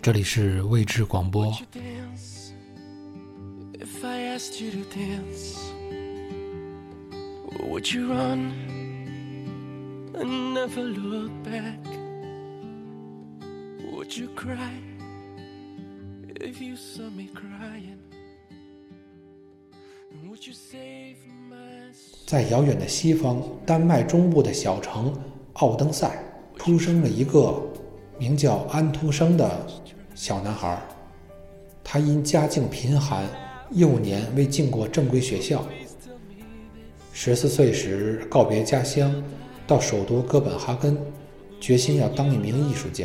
这里是未知广播。 Would you run and never look back? Would you cry if you saw me crying? Would you save my soul? 在遥远的西方，丹麦中部的小城奥登塞，出生了一个名叫安徒生的小男孩。他因家境贫寒，幼年未进过正规学校。14岁时告别家乡，到首都哥本哈根，决心要当一名艺术家。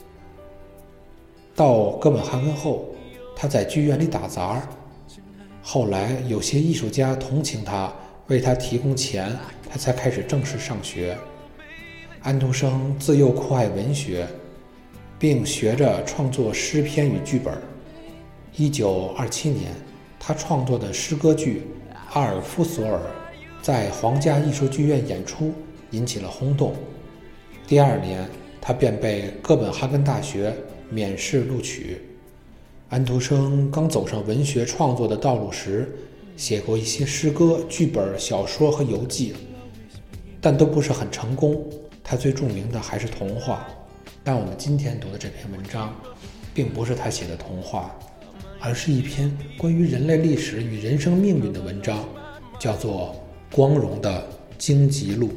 到哥本哈根后，他在剧院里打杂，后来有些艺术家同情他，为他提供钱，他才开始正式上学。安徒生自幼酷爱文学，并学着创作诗篇与剧本。1927年，他创作的诗歌剧《阿尔夫索尔》在皇家艺术剧院演出，引起了轰动。第2年，他便被哥本哈根大学免试录取。安徒生刚走上文学创作的道路时，写过一些诗歌、剧本、小说和游记，但都不是很成功。他最著名的还是童话，但我们今天读的这篇文章并不是他写的童话，而是一篇关于人类历史与人生命运的文章，叫做《光荣的荆棘路》。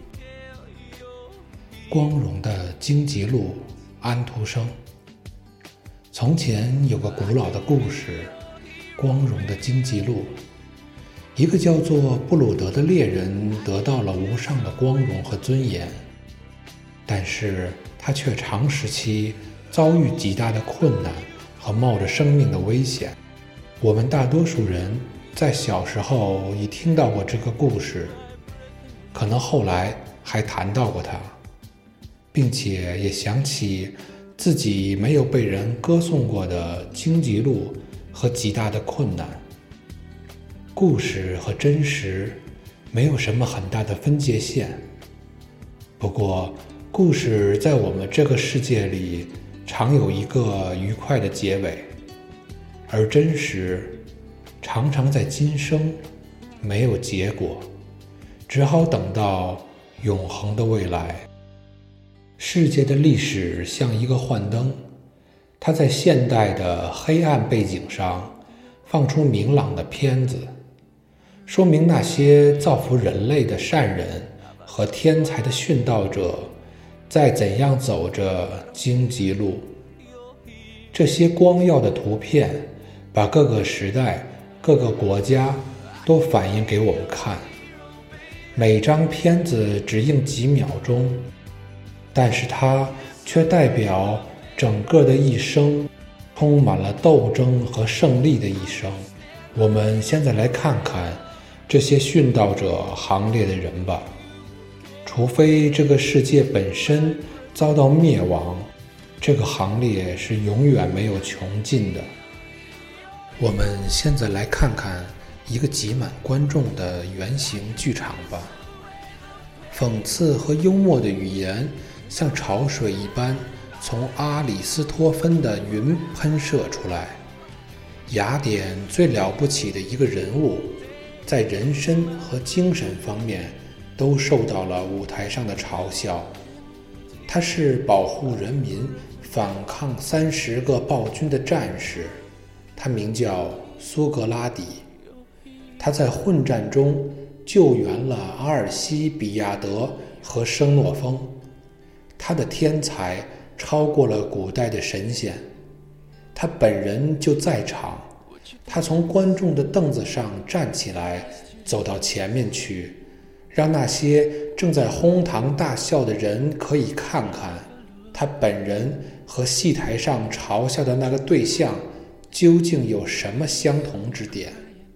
光荣的荆棘路，安徒生。从前有个古老的故事，光荣的荆棘路。一个叫做布鲁德的猎人得到了无上的光荣和尊严，但是他却长时期遭遇极大的困难和冒着生命的危险。我们大多数人在小时候已听到过这个故事，可能后来还谈到过它，并且也想起自己没有被人歌颂过的荆棘路和极大的困难。故事和真实没有什么很大的分界线，不过故事在我们这个世界里常有一个愉快的结尾，而真实常常在今生没有结果，只好等到永恒的未来。世界的历史像一个幻灯，它在现代的黑暗背景上放出明朗的片子，说明那些造福人类的善人和天才的殉道者在怎样走着荆棘路。这些光耀的图片把各个时代、各个国家都反映给我们看。每张片子只映几秒钟，但是它却代表整个的一生，充满了斗争和胜利的一生。我们现在来看看这些殉道者行列的人吧。除非这个世界本身遭到灭亡，这个行列是永远没有穷尽的。我们现在来看看一个挤满观众的圆形剧场吧。讽刺和幽默的语言像潮水一般从阿里斯托芬的云喷射出来。雅典最了不起的一个人物，在人身和精神方面都受到了舞台上的嘲笑。他是保护人民、反抗30个暴君的战士，他名叫苏格拉底。他在混战中救援了阿尔西比亚德和生诺丰。他的天才超过了古代的神仙，他本人就在场。他从观众的凳子上站起来，走到前面去，让那些正在哄堂大笑的人可以看看他本人和戏台上嘲笑的那个对象究竟有什么相同之点。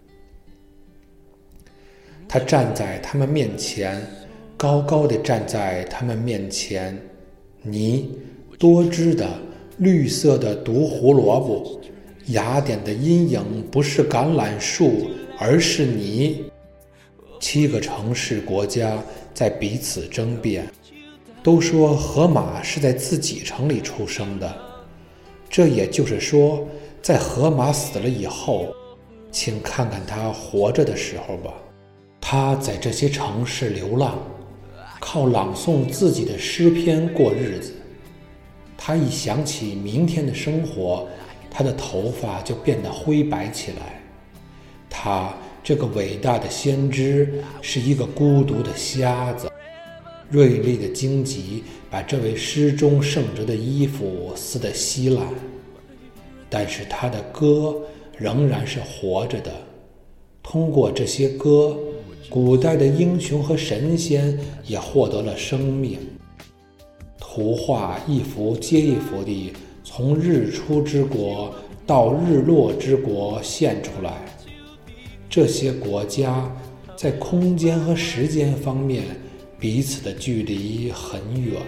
他站在他们面前，高高地站在他们面前。你多汁的绿色的毒胡萝卜，雅典的阴影不是橄榄树，而是你。7个城市国家在彼此争辩，都说荷马是在自己城里出生的。 这也就是说，在荷马死了以后，请看看他活着的时候吧。他在这些城市流浪，靠朗诵自己的诗篇过日子。他一想起明天的生活，他的头发就变得灰白起来。他这个伟大的先知是一个孤独的瞎子。锐利的荆棘把这位诗中圣哲的衣服撕得稀烂，但是他的歌仍然是活着的。通过这些歌，古代的英雄和神仙也获得了生命。图画一幅接一幅地从日出之国到日落之国现出来。这些国家在空间和时间方面彼此的距离很远，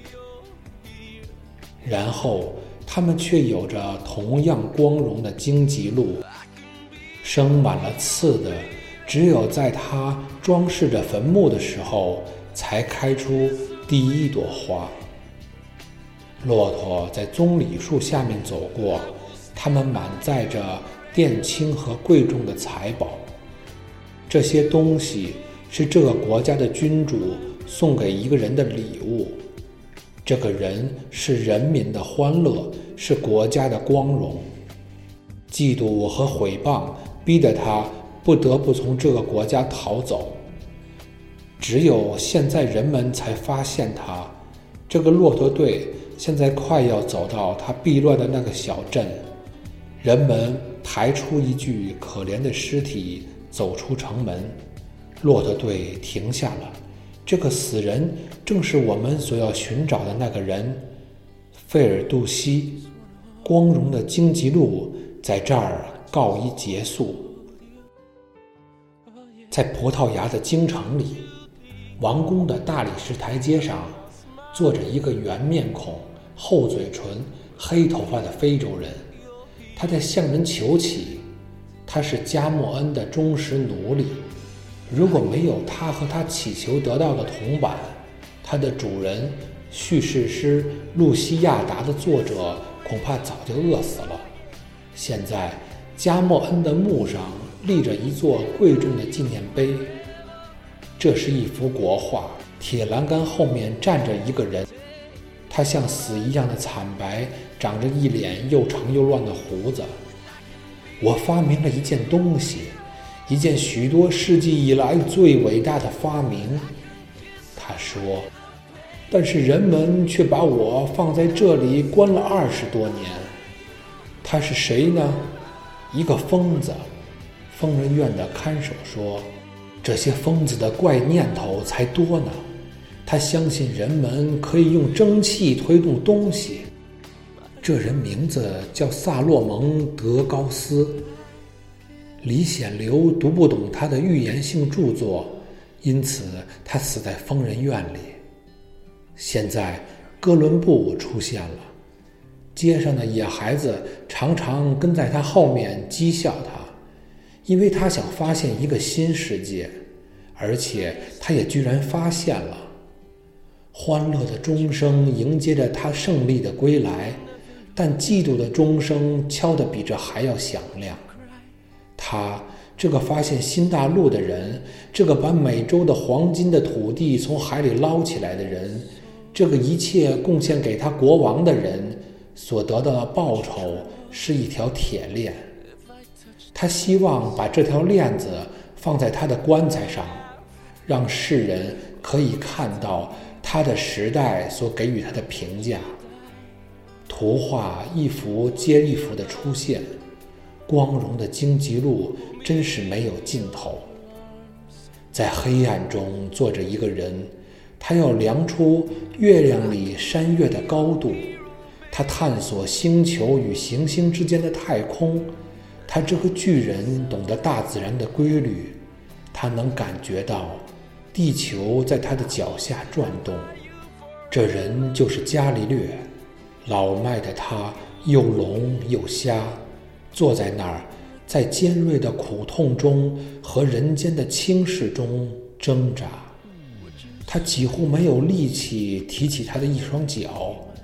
然后他们却有着同样光荣的荆棘路。生满了刺的，只有在它装饰着坟墓的时候才开出第一朵花。骆驼在棕榈树下面走过，它们满载着靛青和贵重的财宝。这些东西是这个国家的君主送给一个人的礼物。这个人是人民的欢乐，是国家的光荣。嫉妒和毁谤逼得他不得不从这个国家逃走。只有现在人们才发现他。这个骆驼队现在快要走到他避乱的那个小镇，人们抬出一具可怜的尸体，走出城门。骆驼队停下了。这个死人正是我们所要寻找的那个人，费尔杜西。光荣的荆棘路在这儿告一结束。在葡萄牙的京城里，王宫的大理石台阶上坐着一个圆面孔、厚嘴唇、黑头发的非洲人，他在向人求乞。他是加莫恩的忠实奴隶。如果没有他和他祈求得到的铜板，他的主人叙事诗路西亚达的作者恐怕早就饿死了。现在加莫恩的墓上立着一座贵重的纪念碑，这是一幅国画，铁栏杆后面站着一个人，他像死一样的惨白，长着一脸又长又乱的胡子。我发明了一件东西，一件许多世纪以来最伟大的发明，他说，但是人们却把我放在这里关了20多年。他是谁呢？一个疯子。疯人院的看守说，这些疯子的怪念头才多呢。他相信人们可以用蒸汽推动东西。这人名字叫萨洛蒙·德高斯。李显流读不懂他的预言性著作，因此他死在疯人院里。现在哥伦布出现了，街上的野孩子常常跟在他后面讥笑他，因为他想发现一个新世界，而且他也居然发现了。欢乐的钟声迎接着他胜利的归来，但嫉妒的钟声敲得比这还要响亮。他这个发现新大陆的人，这个把美洲的黄金的土地从海里捞起来的人，这个一切贡献给他国王的人，所得到的报酬是一条铁链。他希望把这条链子放在他的棺材上，让世人可以看到他的时代所给予他的评价。图画一幅接一幅的出现，光荣的荆棘路真是没有尽头。在黑暗中坐着一个人，他要量出月亮里山岳的高度，他探索星球与行星之间的太空。他这个巨人懂得大自然的规律，他能感觉到地球在他的脚下转动。这人就是伽利略。老迈的他又聋又瞎，坐在那儿，在尖锐的苦痛中和人间的轻视中挣扎。他几乎没有力气提起他的一双脚，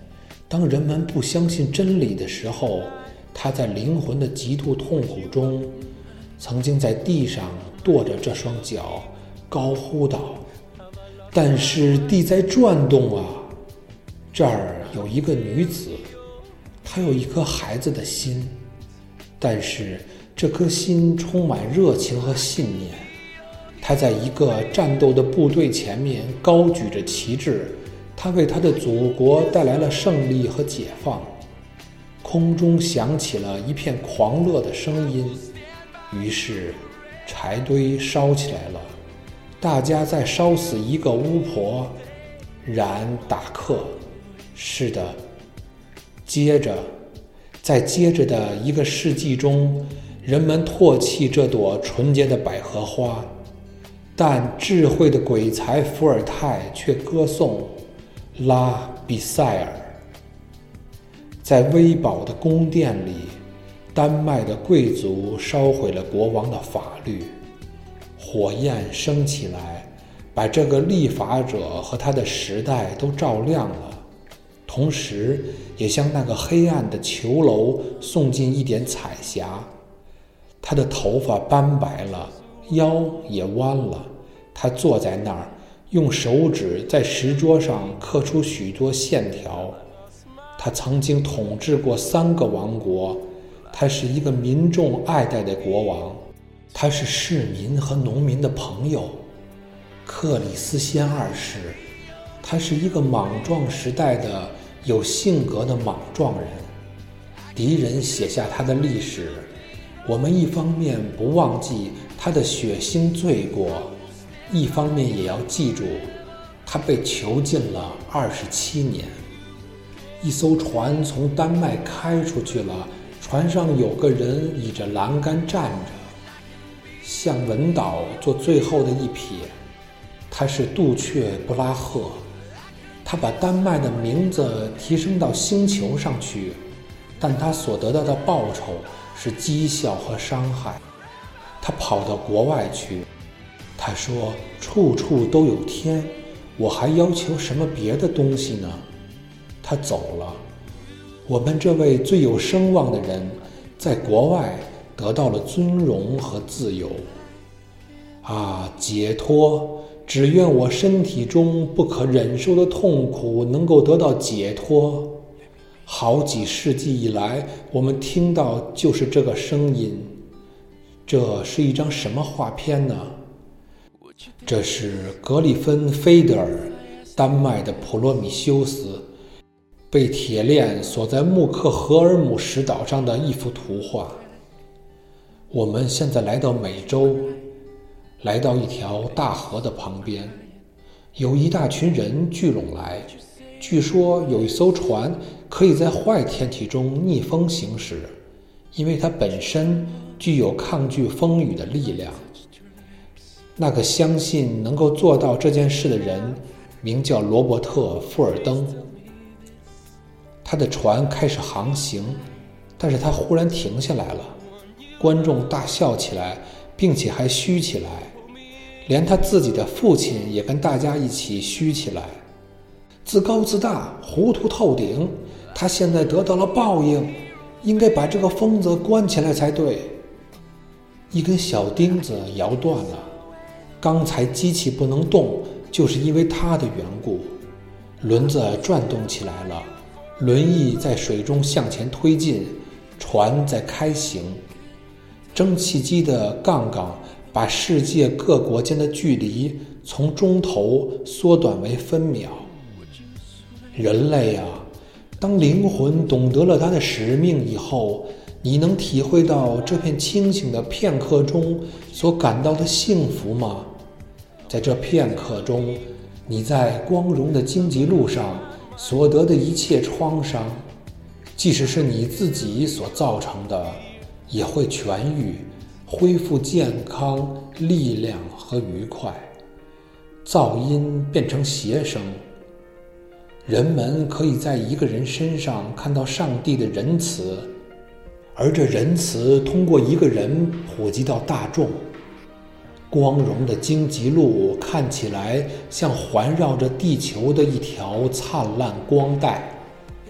当人们不相信真理的时候，他在灵魂的极度痛苦中，曾经在地上跺着这双脚，高呼道：但是地在转动啊！这儿有一个女子，她有一颗孩子的心，但是这颗心充满热情和信念。她在一个战斗的部队前面高举着旗帜，她为她的祖国带来了胜利和解放。空中响起了一片狂热的声音，于是柴堆烧起来了，大家在烧死一个巫婆，然达克。是的，接着的一个世纪中，人们唾弃这朵纯洁的百合花，但智慧的鬼才伏尔泰却歌颂拉比塞尔。在威堡的宫殿里，丹麦的贵族烧毁了国王的法律，火焰升起来，把这个立法者和他的时代都照亮了，同时也向那个黑暗的囚楼送进一点彩霞。他的头发斑白了，腰也弯了，他坐在那儿，用手指在石桌上刻出许多线条。他曾经统治过3个王国，他是一个民众爱戴的国王，他是市民和农民的朋友。克里斯先二世，他是一个莽撞时代的有性格的莽撞人。敌人写下他的历史，我们一方面不忘记他的血腥罪过，一方面也要记住他被囚禁了27年。一艘船从丹麦开出去了，船上有个人倚着栏杆站着，向文岛做最后的一瞥。他是杜却布拉赫，他把丹麦的名字提升到星球上去，但他所得到的报酬是讥笑和伤害。他跑到国外去，他说处处都有天，我还要求什么别的东西呢？他走了，我们这位最有声望的人在国外得到了尊荣和自由。啊，解脱！只愿我身体中不可忍受的痛苦能够得到解脱。好几世纪以来，我们听到就是这个声音。这是一张什么画片呢？这是格里芬菲德尔，丹麦的普罗米修斯，被铁链锁在穆克荷尔姆石岛上的一幅图画。我们现在来到美洲，来到一条大河的旁边，有一大群人聚拢来，据说有一艘船可以在坏天气中逆风行驶，因为它本身具有抗拒风雨的力量。那个相信能够做到这件事的人名叫罗伯特·富尔登。他的船开始航行，但是他忽然停下来了，观众大笑起来，并且还嘘起来，连他自己的父亲也跟大家一起嘘起来。自高自大，糊涂透顶，他现在得到了报应，应该把这个疯子关起来才对。一根小钉子摇断了，刚才机器不能动，就是因为他的缘故。轮子转动起来了，轮翼在水中向前推进，船在开行。蒸汽机的杠杠把世界各国间的距离从钟头缩短为分秒。人类啊，当灵魂懂得了它的使命以后，你能体会到这片清醒的片刻中所感到的幸福吗？在这片刻中，你在光荣的荆棘路上所得的一切创伤，即使是你自己所造成的，也会痊愈，恢复健康、力量和愉快。噪音变成谐声，人们可以在一个人身上看到上帝的仁慈，而这仁慈通过一个人普及到大众。光荣的荆棘路看起来像环绕着地球的一条灿烂光带。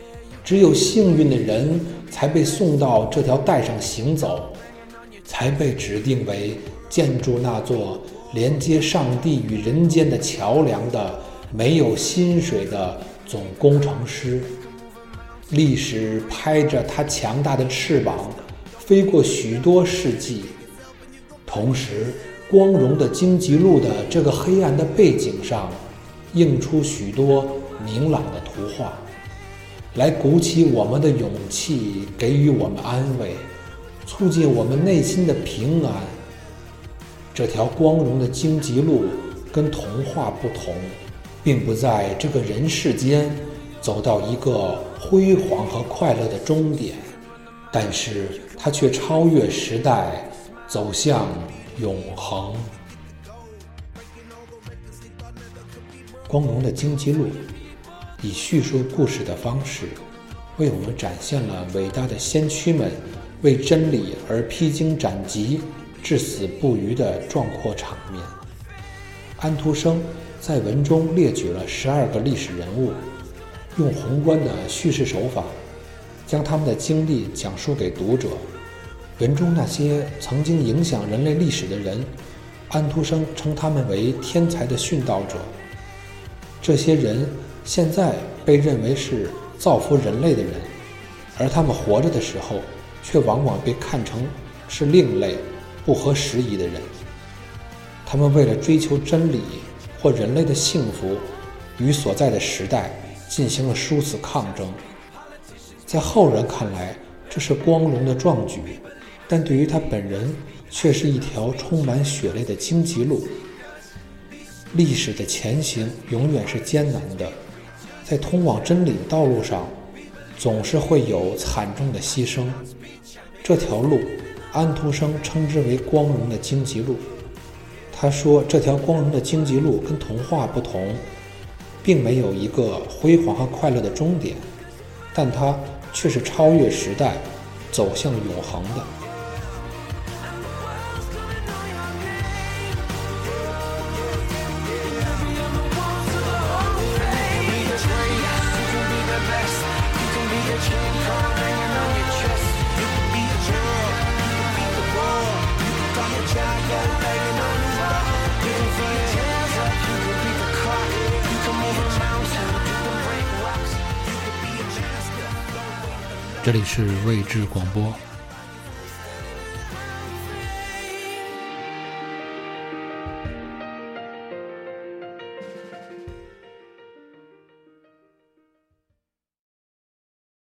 只有幸运的人才被送到这条带上行走，才被指定为建筑那座连接上帝与人间的桥梁的没有薪水的总工程师。历史拍着它强大的翅膀飞过许多世纪，同时光荣的荆棘路的这个黑暗的背景上映出许多明朗的图画，来鼓起我们的勇气，给予我们安慰，促进我们内心的平安。这条光荣的荆棘路跟童话不同，并不在这个人世间走到一个辉煌和快乐的终点，但是它却超越时代，走向永恒。光荣的荆棘路以叙述故事的方式，为我们展现了伟大的先驱们为真理而披荆斩棘、至死不渝的壮阔场面。安徒生在文中列举了12个历史人物，用宏观的叙事手法，将他们的经历讲述给读者。文中那些曾经影响人类历史的人，安徒生称他们为天才的殉道者。这些人现在被认为是造福人类的人，而他们活着的时候，却往往被看成是另类、不合时宜的人。他们为了追求真理或人类的幸福，与所在的时代进行了殊死抗争。在后人看来，这是光荣的壮举，但对于他本人却是一条充满血泪的荆棘路。历史的前行永远是艰难的，在通往真理的道路上，总是会有惨重的牺牲。这条路，安徒生称之为光荣的荆棘路。他说，这条光荣的荆棘路跟童话不同，并没有一个辉煌和快乐的终点，但它却是超越时代，走向永恒的。 这里是未知广播。